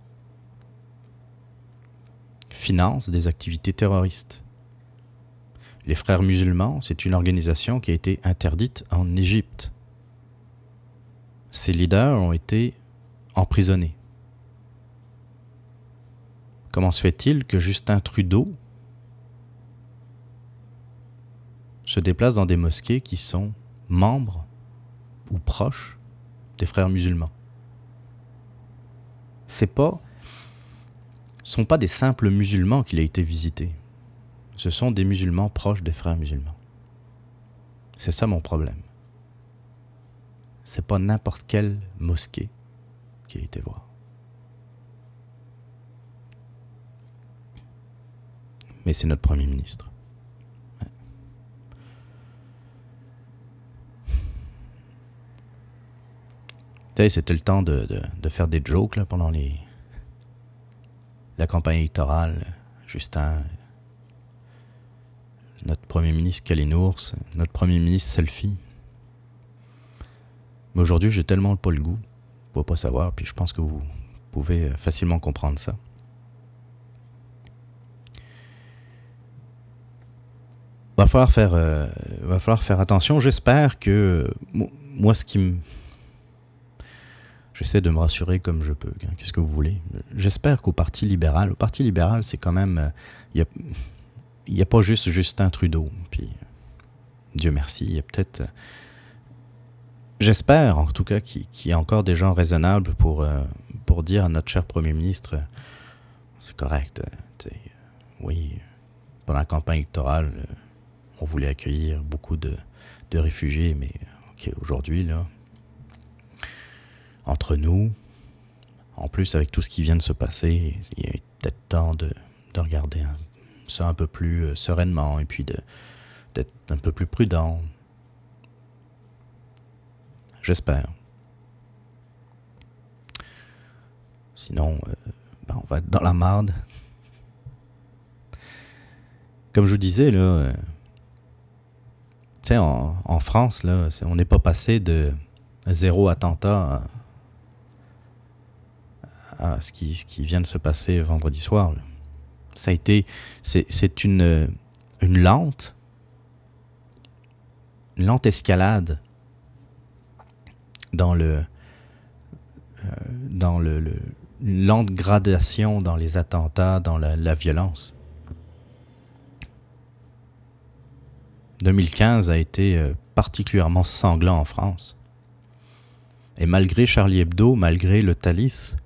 financent des activités terroristes. Les frères musulmans, c'est une organisation qui a été interdite en Égypte. Ses leaders ont été emprisonnés. Comment se fait-il que Justin Trudeau se déplace dans des mosquées qui sont membres ou proches des frères musulmans? C'est pas, ce sont pas des simples musulmans qu'il a été visité. Ce sont des musulmans proches des frères musulmans. C'est ça mon problème. C'est pas n'importe quelle mosquée qu'il a été voir. Mais c'est notre premier ministre. Ouais. Tu sais, c'était le temps de, de, de faire des jokes là, pendant les, la campagne électorale. Justin, notre premier ministre Kalinours, notre premier ministre Selfie. Mais aujourd'hui, j'ai tellement pas le goût pour pas savoir, puis je pense que vous pouvez facilement comprendre ça. Va falloir faire, euh, va falloir faire attention. J'espère que moi, ce qui me, j'essaie de me rassurer comme je peux. Qu'est-ce que vous voulez? J'espère qu'au Parti libéral, au Parti libéral, c'est quand même, il euh, y a Il n'y a pas juste Justin Trudeau, puis Dieu merci, il y a peut-être... J'espère, en tout cas, qu'il, qu'il y a encore des gens raisonnables pour, euh, pour dire à notre cher Premier ministre, c'est correct, euh, oui, pendant la campagne électorale, euh, on voulait accueillir beaucoup de, de réfugiés, mais ok, aujourd'hui, là, entre nous, en plus avec tout ce qui vient de se passer, il y a peut-être temps de, de regarder un ça un peu plus euh, sereinement et puis de, d'être un peu plus prudent. J'espère. Sinon, euh, ben on va être dans la marde. Comme je vous disais, là, euh, tu sais, en, en France, là, c'est, on n'est pas passé de zéro attentat à, à ce, qui, ce qui vient de se passer vendredi soir, là. Ça a été, c'est, c'est une, une lente, une lente escalade dans le, euh, dans le, le, une lente gradation dans les attentats, dans la, la violence. deux mille quinze a été euh, particulièrement sanglant en France. Et malgré Charlie Hebdo, malgré le Thalys,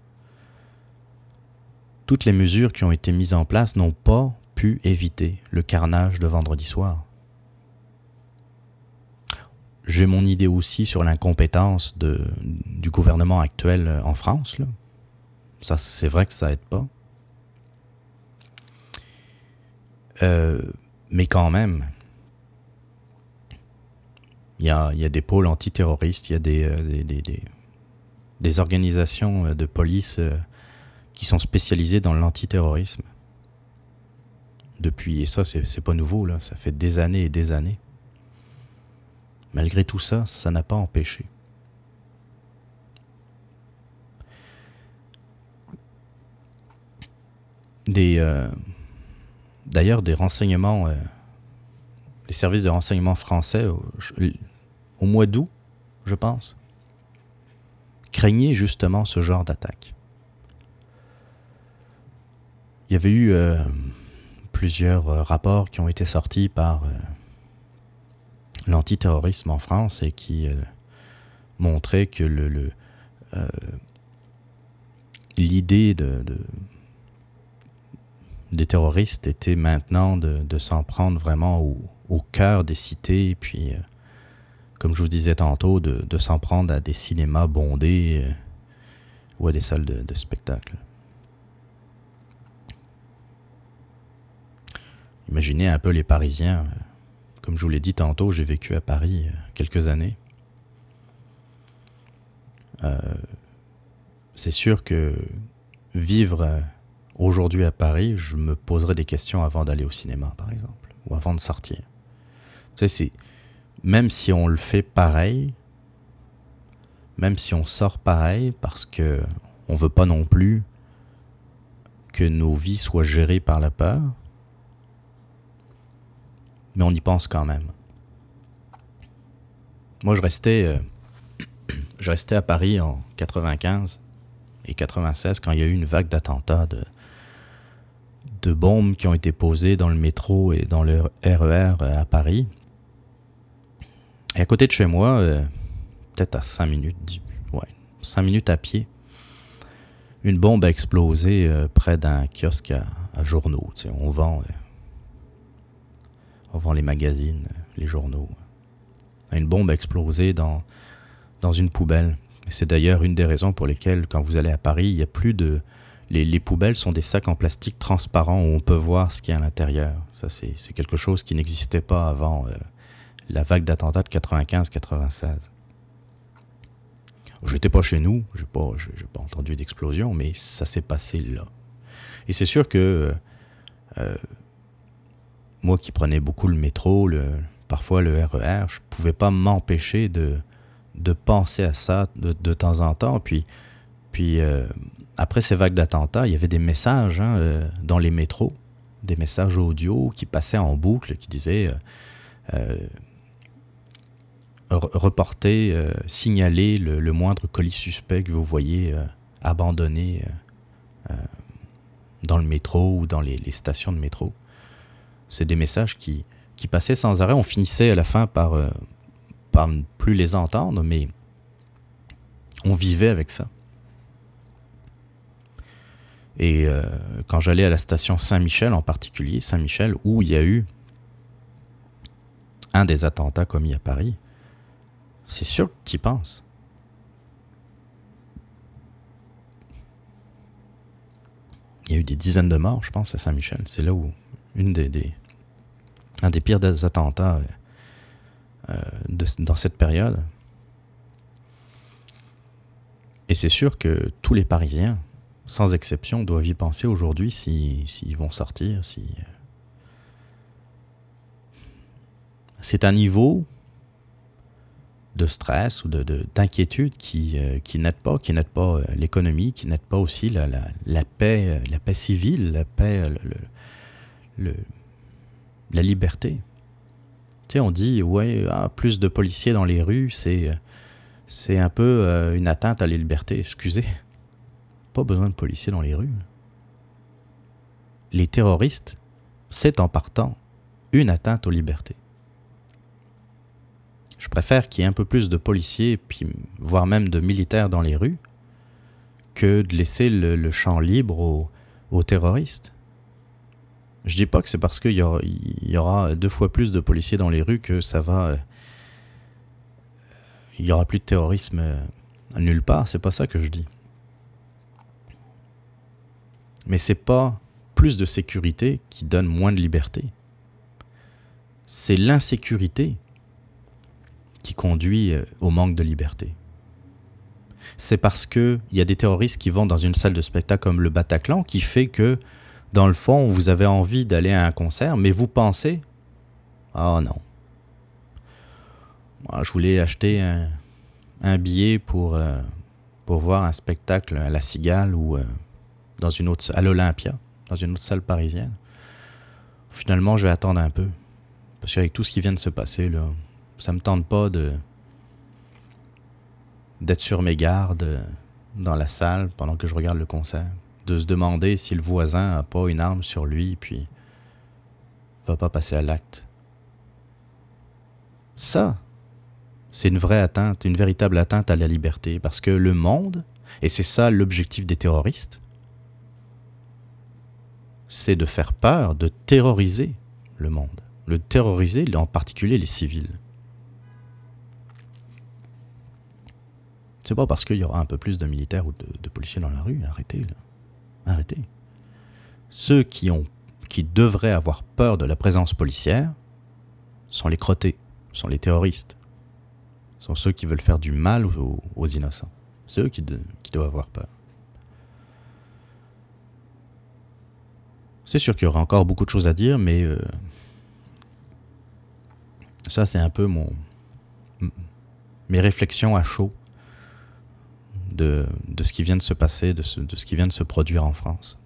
toutes les mesures qui ont été mises en place n'ont pas pu éviter le carnage de vendredi soir. J'ai mon idée aussi sur l'incompétence de, du gouvernement actuel en France, là. Ça, c'est vrai que ça aide pas. Euh, mais quand même, il y a, y a des pôles antiterroristes, il y a des, euh, des, des, des, des organisations de police euh, qui sont spécialisés dans l'antiterrorisme. Depuis, et ça, c'est, c'est pas nouveau, là, ça fait des années et des années. Malgré tout ça, ça n'a pas empêché. Des, euh, d'ailleurs, des renseignements, euh, les services de renseignement français, au, au mois d'août, je pense, craignaient justement ce genre d'attaque. Il y avait eu euh, plusieurs euh, rapports qui ont été sortis par euh, l'antiterrorisme en France et qui euh, montraient que le, le, euh, l'idée de, de, des terroristes était maintenant de, de s'en prendre vraiment au, au cœur des cités, et puis, euh, comme je vous disais tantôt, de, de s'en prendre à des cinémas bondés euh, ou à des salles de, de spectacle. Imaginez un peu les Parisiens. Comme je vous l'ai dit tantôt, j'ai vécu à Paris quelques années. Euh, c'est sûr que vivre aujourd'hui à Paris, je me poserais des questions avant d'aller au cinéma, par exemple, ou avant de sortir. Tu sais, c'est, même si on le fait pareil, même si on sort pareil, parce que on veut pas non plus que nos vies soient gérées par la peur, mais on y pense quand même. Moi, je restais, euh, je restais à Paris en quatre-vingt-quinze et quatre-vingt-seize quand il y a eu une vague d'attentats, de, de bombes qui ont été posées dans le métro et dans le R E R à Paris. Et à côté de chez moi, euh, peut-être à cinq minutes, ouais, cinq minutes à pied, une bombe a explosé euh, près d'un kiosque à, à journaux. Tu sais, on vend... Euh, On vend les magazines, les journaux. Une bombe a explosé dans, dans une poubelle. C'est d'ailleurs une des raisons pour lesquelles, quand vous allez à Paris, il n'y a plus de... Les, les poubelles sont des sacs en plastique transparents où on peut voir ce qu'il y a à l'intérieur. Ça, c'est, c'est quelque chose qui n'existait pas avant euh, la vague d'attentats de quatre-vingt-quinze quatre-vingt-seize. J'étais pas chez nous, j'ai pas, j'ai, j'ai pas entendu d'explosion, mais ça s'est passé là. Et c'est sûr que... Euh, moi qui prenais beaucoup le métro, le, parfois le R E R, je ne pouvais pas m'empêcher de, de penser à ça de, de temps en temps. Puis, puis euh, après ces vagues d'attentats, il y avait des messages hein, euh, dans les métros, des messages audio qui passaient en boucle, qui disaient euh, euh, reporter, euh, signaler le, le moindre colis suspect que vous voyez euh, abandonné euh, euh, dans le métro ou dans les, les stations de métro. C'est des messages qui, qui passaient sans arrêt. On finissait à la fin par, euh, par ne plus les entendre, mais on vivait avec ça. Et euh, quand j'allais à la station Saint-Michel en particulier, Saint-Michel, où il y a eu un des attentats commis à Paris, c'est sûr que tu y penses. Il y a eu des dizaines de morts, je pense, à Saint-Michel. C'est là où une des, des un des pires des attentats euh, de, dans cette période. Et c'est sûr que tous les Parisiens, sans exception, doivent y penser aujourd'hui s'ils si, si vont sortir. Si... C'est un niveau de stress ou de, de, d'inquiétude qui, euh, qui n'aide pas, qui n'aide pas euh, l'économie, qui n'aide pas aussi la, la, la, paix, la paix civile, la paix... Le, le, la liberté. Tu sais, on dit, ouais, ah, plus de policiers dans les rues, c'est, c'est un peu euh, une atteinte à la liberté. Excusez, pas besoin de policiers dans les rues. Les terroristes, c'est en partant une atteinte aux libertés. Je préfère qu'il y ait un peu plus de policiers, puis, voire même de militaires dans les rues, que de laisser le, le champ libre aux, aux terroristes. Je dis pas que c'est parce qu'il y aura, il y aura deux fois plus de policiers dans les rues que ça va... Euh, il y aura plus de terrorisme euh, nulle part, c'est pas ça que je dis. Mais c'est pas plus de sécurité qui donne moins de liberté. C'est l'insécurité qui conduit euh, au manque de liberté. C'est parce qu'il y a des terroristes qui vont dans une salle de spectacle comme le Bataclan qui fait que dans le fond, vous avez envie d'aller à un concert, mais vous pensez « Ah non. Moi, je voulais acheter un, un billet pour, euh, pour voir un spectacle à la Cigale ou euh, dans une autre, à l'Olympia, dans une autre salle parisienne. Finalement, je vais attendre un peu. Parce qu'avec tout ce qui vient de se passer, là, ça me tente pas de d'être sur mes gardes dans la salle pendant que je regarde le concert. De se demander si le voisin n'a pas une arme sur lui, puis va pas passer à l'acte. Ça, c'est une vraie atteinte, une véritable atteinte à la liberté, parce que le monde, et c'est ça l'objectif des terroristes, c'est de faire peur, de terroriser le monde, de terroriser en particulier les civils. C'est pas parce qu'il y aura un peu plus de militaires ou de, de policiers dans la rue, arrêtez, là. Arrêtez. Ceux qui ont, qui devraient avoir peur de la présence policière sont les crottés, sont les terroristes, sont ceux qui veulent faire du mal aux, aux innocents. C'est eux qui, de, qui doivent avoir peur. C'est sûr qu'il y aura encore beaucoup de choses à dire, mais euh, ça, c'est un peu mon, mes réflexions à chaud de, de ce qui vient de se passer, de ce, de ce qui vient de se produire en France.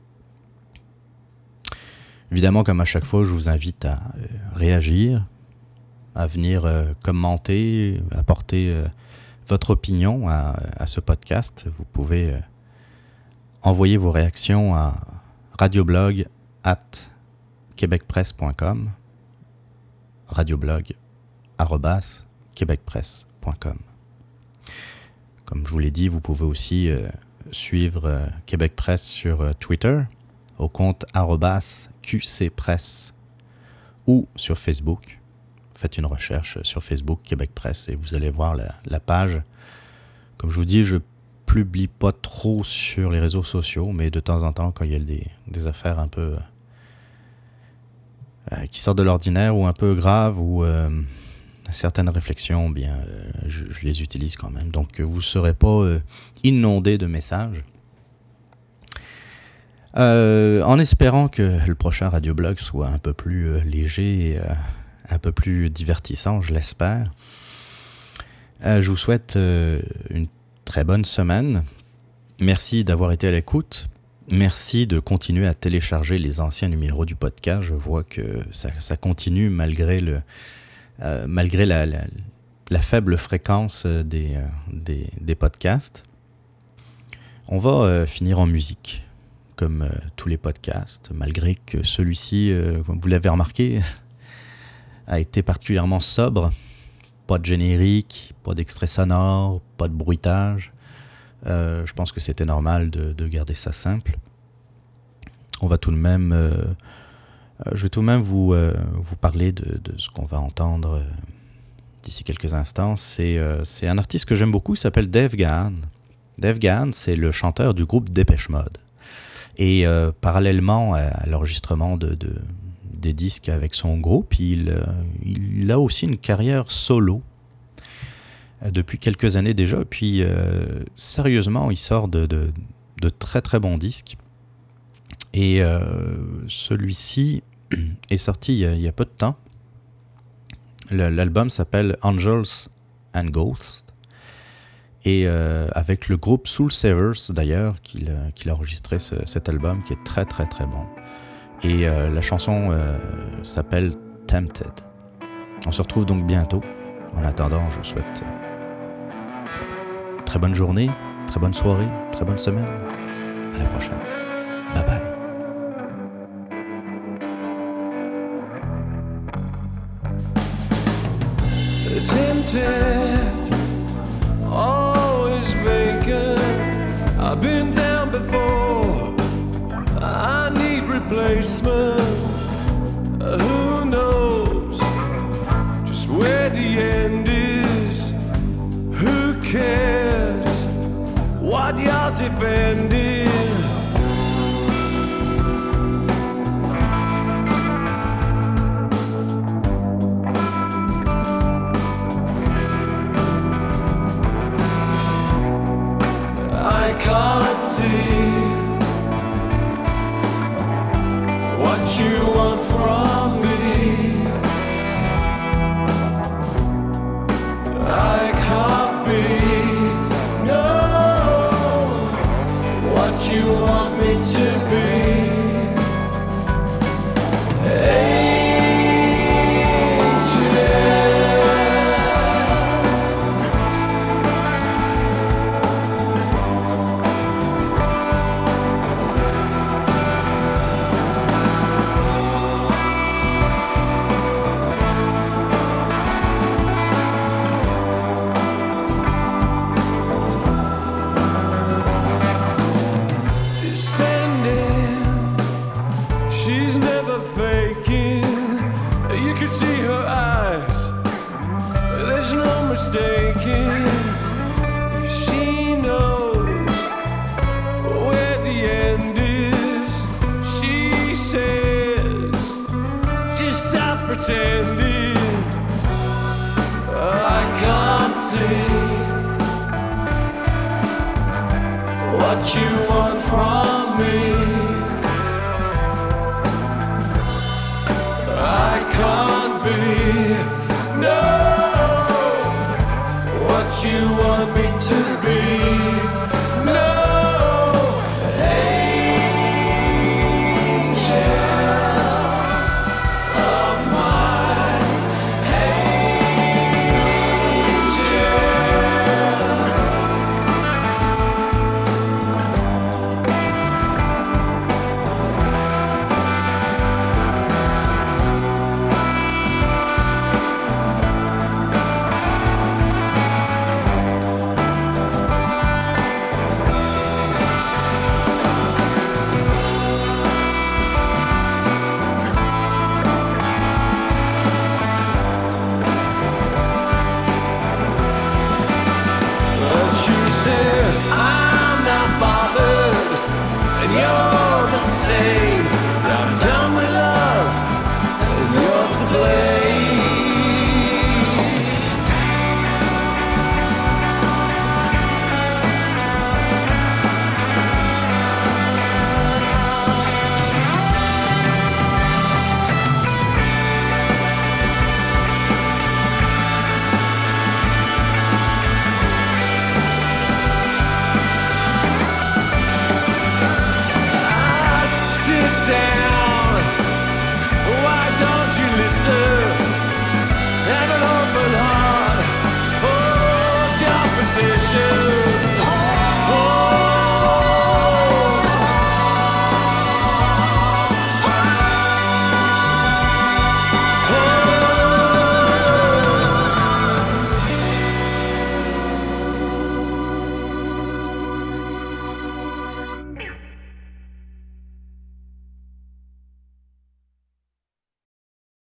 Évidemment, comme à chaque fois, je vous invite à euh, réagir, à venir euh, commenter, apporter euh, votre opinion à, à ce podcast. Vous pouvez euh, envoyer vos réactions à radioblog at québecpresse point com, radioblog arobase québecpresse point com. Comme je vous l'ai dit, vous pouvez aussi euh, suivre euh, Québec Presse sur euh, Twitter au compte arobase qcpresse ou sur Facebook. Faites une recherche sur Facebook Québec Presse et vous allez voir la, la page. Comme je vous dis, je publie pas trop sur les réseaux sociaux, mais de temps en temps, quand il y a des, des affaires un peu euh, qui sortent de l'ordinaire ou un peu graves ou euh, certaines réflexions, bien, euh, je, je les utilise quand même. Donc, vous ne serez pas euh, inondé de messages. Euh, en espérant que le prochain radioblog soit un peu plus euh, léger et euh, un peu plus divertissant, je l'espère. Euh, je vous souhaite euh, une très bonne semaine. Merci d'avoir été à l'écoute. Merci de continuer à télécharger les anciens numéros du podcast. Je vois que ça, ça continue malgré, le, euh, malgré la, la, la faible fréquence des, euh, des, des podcasts. On va euh, finir en musique, comme euh, tous les podcasts, malgré que celui-ci, euh, comme vous l'avez remarqué, a été particulièrement sobre. Pas de générique, pas d'extrait sonore, pas de bruitage. Euh, je pense que c'était normal de, de garder ça simple. On va tout de même, euh, je vais tout de même vous, euh, vous parler de, de ce qu'on va entendre euh, d'ici quelques instants. C'est, euh, c'est un artiste que j'aime beaucoup, il s'appelle Dave Gahan. Dave Gahan, c'est le chanteur du groupe Dépêche Mode. Et euh, parallèlement à, à l'enregistrement de, de, des disques avec son groupe, il, euh, il a aussi une carrière solo euh, depuis quelques années déjà. Et puis, euh, sérieusement, il sort de, de, de très très bons disques. Et euh, celui-ci est sorti il y, a, il y a peu de temps. Le, l'album s'appelle Angels and Ghosts. Et euh, avec le groupe Soul Savers, d'ailleurs, qu'il, qu'il a enregistré ce, cet album qui est très très très bon. Et euh, la chanson euh, s'appelle Tempted. On se retrouve donc bientôt. En attendant, je vous souhaite euh, très bonne journée, très bonne soirée, très bonne semaine. À la prochaine. Bye bye. Tempted, always vacant. I've been down before. I need replacement. Uh, who knows just where the end is? Who cares what you're defending? I can't see what you want from me. mistaken. She knows where the end is. She says, just stop pretending. I can't see what you want from me. I can't be, no, what you want me to be.